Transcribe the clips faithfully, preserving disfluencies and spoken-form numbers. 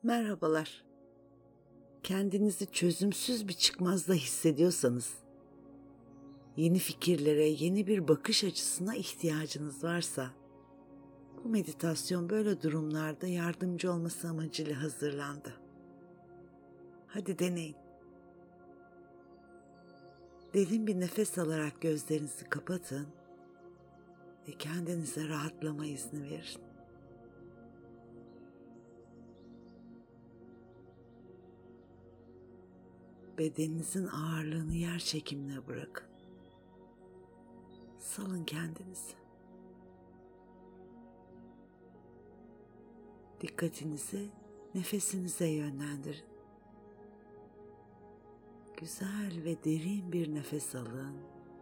Merhabalar. Kendinizi çözümsüz bir çıkmazda hissediyorsanız, yeni fikirlere, yeni bir bakış açısına ihtiyacınız varsa, bu meditasyon böyle durumlarda yardımcı olması amacıyla hazırlandı. Hadi deneyin. Derin bir nefes alarak gözlerinizi kapatın ve kendinize rahatlama izni verin. Bedeninizin ağırlığını yer çekimine bırakın. Salın kendinizi. Dikkatinizi nefesinize yönlendirin. Güzel ve derin bir nefes alın.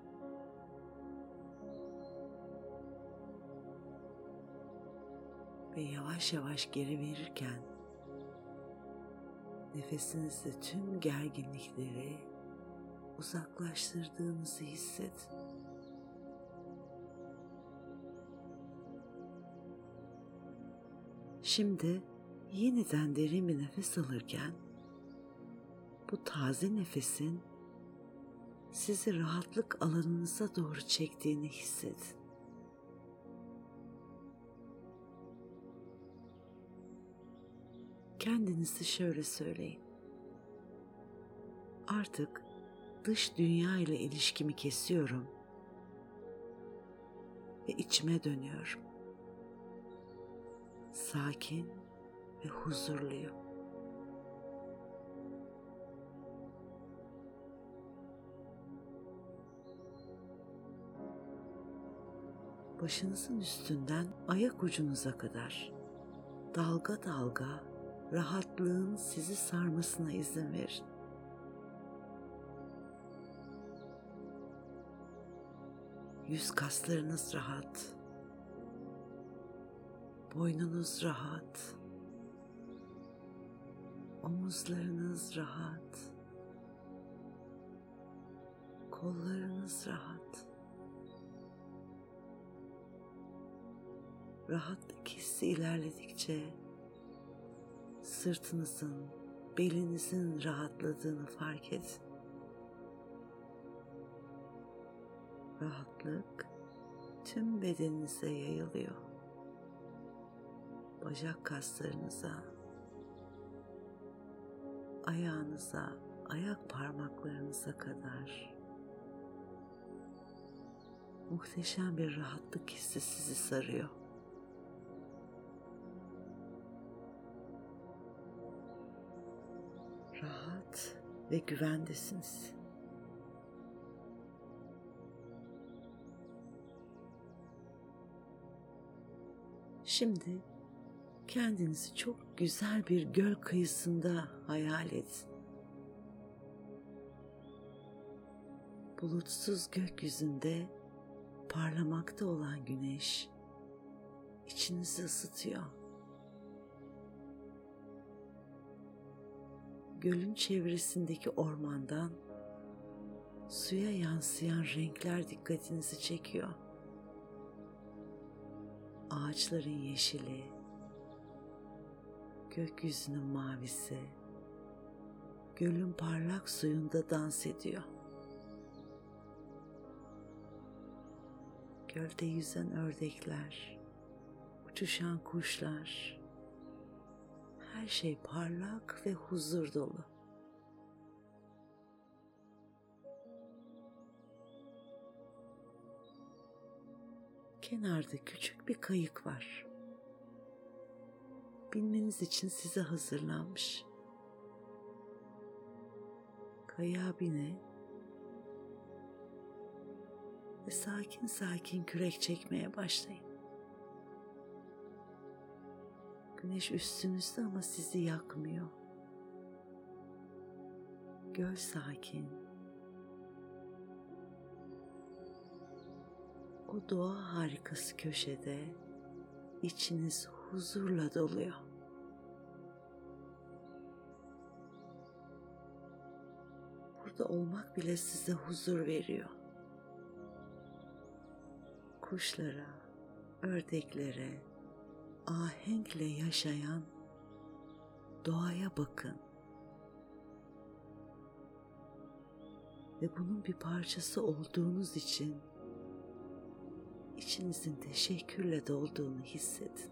Ve yavaş yavaş geri verirken nefesinizle tüm gerginlikleri uzaklaştırdığınızı hissedin. Şimdi yeniden derin bir nefes alırken bu taze nefesin sizi rahatlık alanınıza doğru çektiğini hissedin. Kendinizi şöyle söyleyin. Artık dış dünya ile ilişkimi kesiyorum ve içime dönüyorum. Sakin ve huzurluyum. Başınızın üstünden ayak ucunuza kadar dalga dalga rahatlığın sizi sarmasına izin verin. Yüz kaslarınız rahat. Boynunuz rahat. Omuzlarınız rahat. Kollarınız rahat. Rahatlık hissi ilerledikçe sırtınızın, belinizin rahatladığını fark edin. Rahatlık tüm bedeninize yayılıyor. Bacak kaslarınıza, ayağınıza, ayak parmaklarınıza kadar muhteşem bir rahatlık hissi sizi sarıyor. Rahat ve güvendesiniz. Şimdi kendinizi çok güzel bir göl kıyısında hayal edin. Bulutsuz gökyüzünde parlamakta olan güneş içinizi ısıtıyor. Gölün çevresindeki ormandan suya yansıyan renkler dikkatinizi çekiyor. Ağaçların yeşili, gökyüzünün mavisi, gölün parlak suyunda dans ediyor. Gölde yüzen ördekler, uçuşan kuşlar, her şey parlak ve huzur dolu. Kenarda küçük bir kayık var. Binmeniz için size hazırlanmış. Kayığa binin ve sakin sakin kürek çekmeye başlayın. Güneş üstünüzde ama sizi yakmıyor. Göl sakin. O doğa harikası köşede içiniz huzurla doluyor. Burada olmak bile size huzur veriyor. Kuşlara, ördeklere, ahenkle yaşayan doğaya bakın. Ve bunun bir parçası olduğunuz için içinizin teşekkürle dolduğunu hissedin.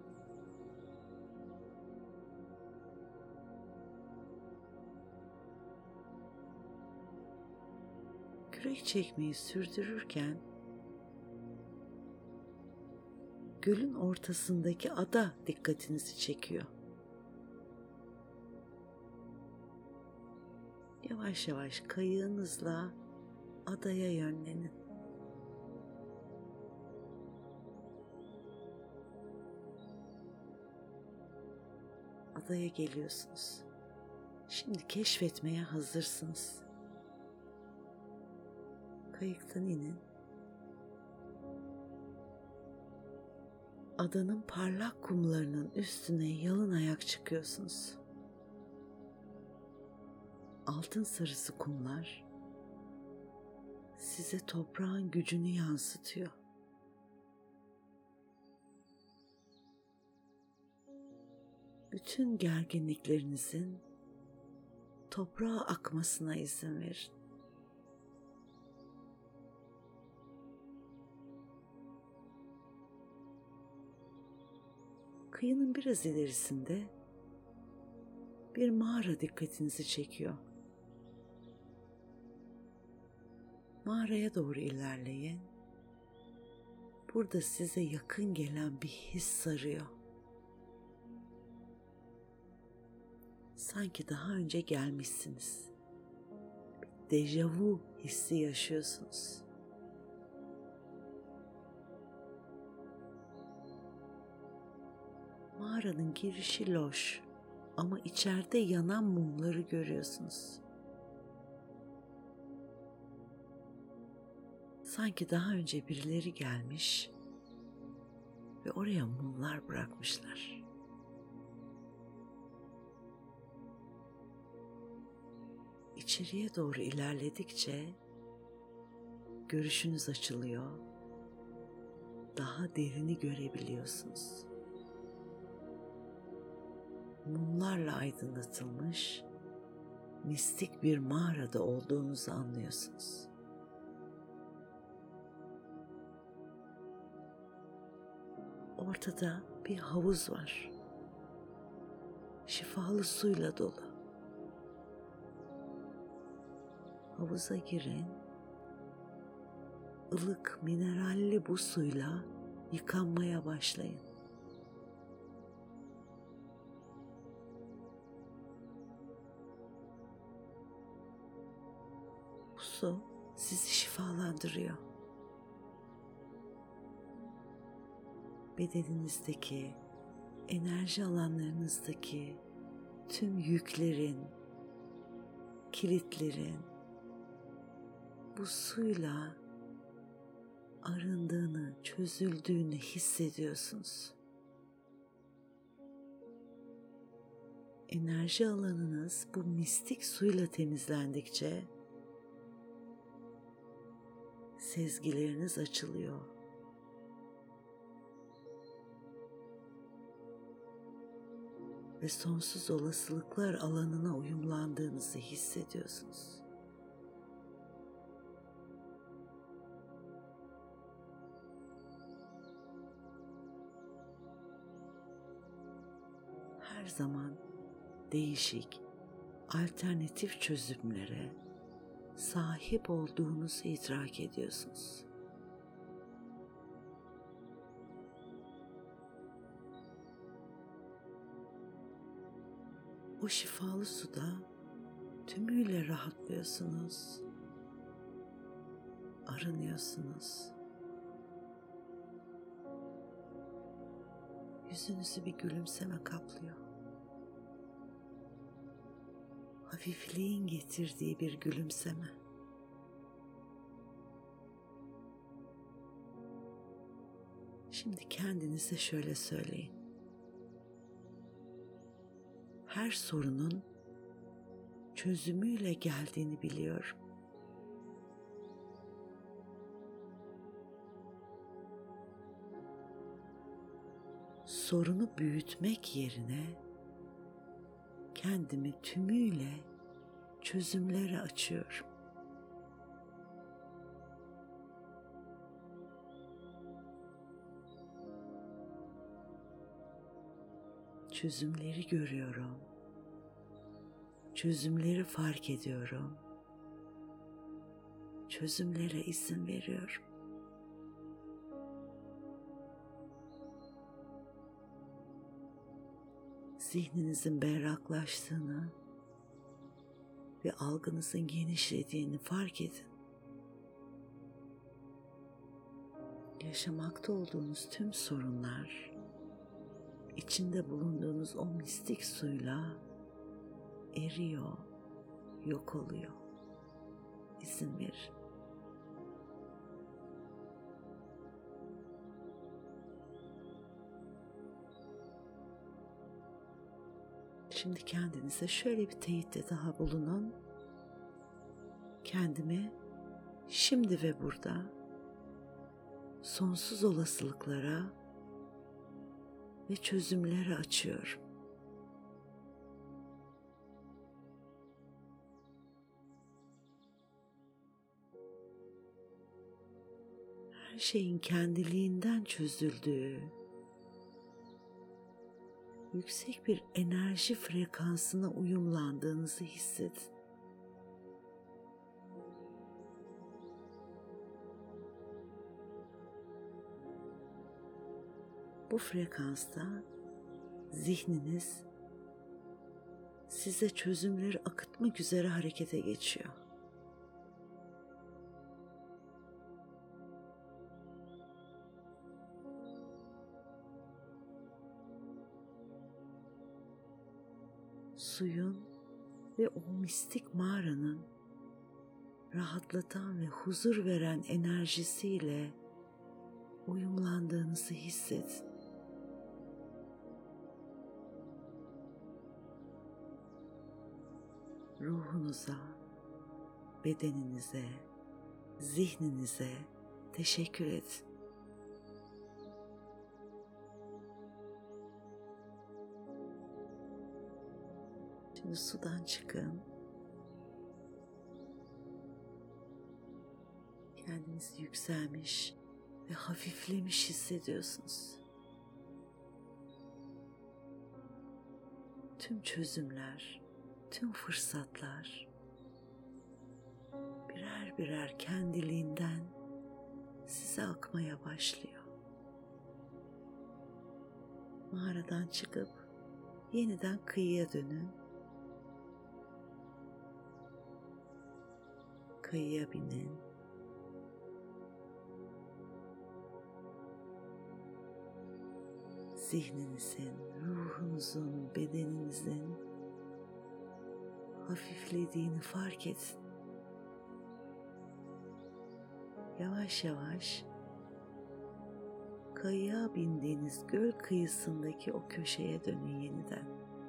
Kürek çekmeyi sürdürürken gölün ortasındaki ada dikkatinizi çekiyor. Yavaş yavaş kayığınızla adaya yönlenin. Adaya geliyorsunuz. Şimdi keşfetmeye hazırsınız. Kayıktan inin. Adanın parlak kumlarının üstüne yalın ayak çıkıyorsunuz. Altın sarısı kumlar size toprağın gücünü yansıtıyor. Bütün gerginliklerinizin toprağa akmasına izin verin. Kıyının biraz ilerisinde bir mağara dikkatinizi çekiyor. Mağaraya doğru ilerleyin. Burada size yakın gelen bir his sarıyor. Sanki daha önce gelmişsiniz. Bir dejavu hissi yaşıyorsunuz. Mağaranın girişi loş ama içeride yanan mumları görüyorsunuz. Sanki daha önce birileri gelmiş ve oraya mumlar bırakmışlar. İçeriye doğru ilerledikçe görüşünüz açılıyor. Daha derini görebiliyorsunuz. Mumlarla aydınlatılmış mistik bir mağarada olduğunuzu anlıyorsunuz. Ortada bir havuz var. Şifalı suyla dolu. Havuza girin. Ilık mineralli bu suyla yıkanmaya başlayın. Bu su sizi şifalandırıyor. Bedeninizdeki, enerji alanlarınızdaki tüm yüklerin, kilitlerin bu suyla arındığını, çözüldüğünü hissediyorsunuz. Enerji alanınız bu mistik suyla temizlendikçe sezgileriniz açılıyor. Ve sonsuz olasılıklar alanına uyumlandığınızı hissediyorsunuz. Her zaman değişik, alternatif çözümlere sahip olduğunuzu idrak ediyorsunuz. O şifalı suda tümüyle rahatlıyorsunuz, arınıyorsunuz. Yüzünüzü bir gülümseme kaplıyor. Hafifliğin getirdiği bir gülümseme. Şimdi kendinize şöyle söyleyin. Her sorunun çözümüyle geldiğini biliyorum. Sorunu büyütmek yerine kendimi tümüyle çözümlere açıyorum. Çözümleri görüyorum. Çözümleri fark ediyorum. Çözümlere izin veriyorum. Zihninizin berraklaştığını ve algınızın genişlediğini fark edin. Yaşamakta olduğunuz tüm sorunlar, içinde bulunduğunuz o mistik suyla eriyor, yok oluyor. İzin verin. Şimdi kendinize şöyle bir teyitte daha bulunun. Kendimi şimdi ve burada sonsuz olasılıklara ve çözümlere açıyorum. Her şeyin kendiliğinden çözüldüğü, yüksek bir enerji frekansına uyumlandığınızı hissedin. Bu frekansta zihniniz size çözümleri akıtmak üzere harekete geçiyor. Suyun ve o mistik mağaranın rahatlatan ve huzur veren enerjisiyle uyumlandığınızı hissedin. Ruhunuza, bedeninize, zihninize teşekkür edin. Şimdi sudan çıkın. Kendinizi yükselmiş ve hafiflemiş hissediyorsunuz. Tüm çözümler, tüm fırsatlar birer birer kendiliğinden size akmaya başlıyor. Mağaradan çıkıp yeniden kıyıya dönün. Kıyıya binin. Zihninizin, ruhunuzun, bedeninizin hafiflediğini fark edin. Yavaş yavaş kayığa bindiğiniz göl kıyısındaki o köşeye dönün yeniden.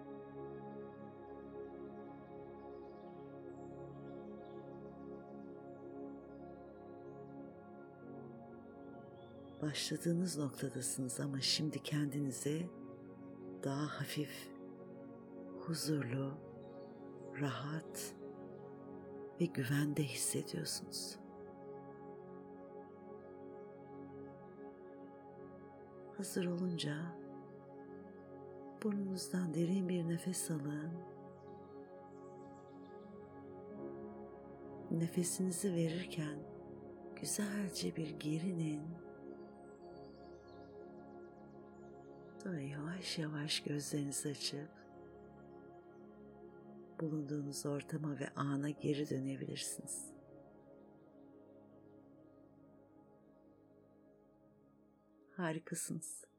Başladığınız noktadasınız ama şimdi kendinizi daha hafif, huzurlu, rahat ve güvende hissediyorsunuz. Hazır olunca burnunuzdan derin bir nefes alın. Nefesinizi verirken güzelce bir gerinin. Sonra yavaş yavaş gözlerinizi açıp bulunduğunuz ortama ve ana geri dönebilirsiniz. Harikasınız.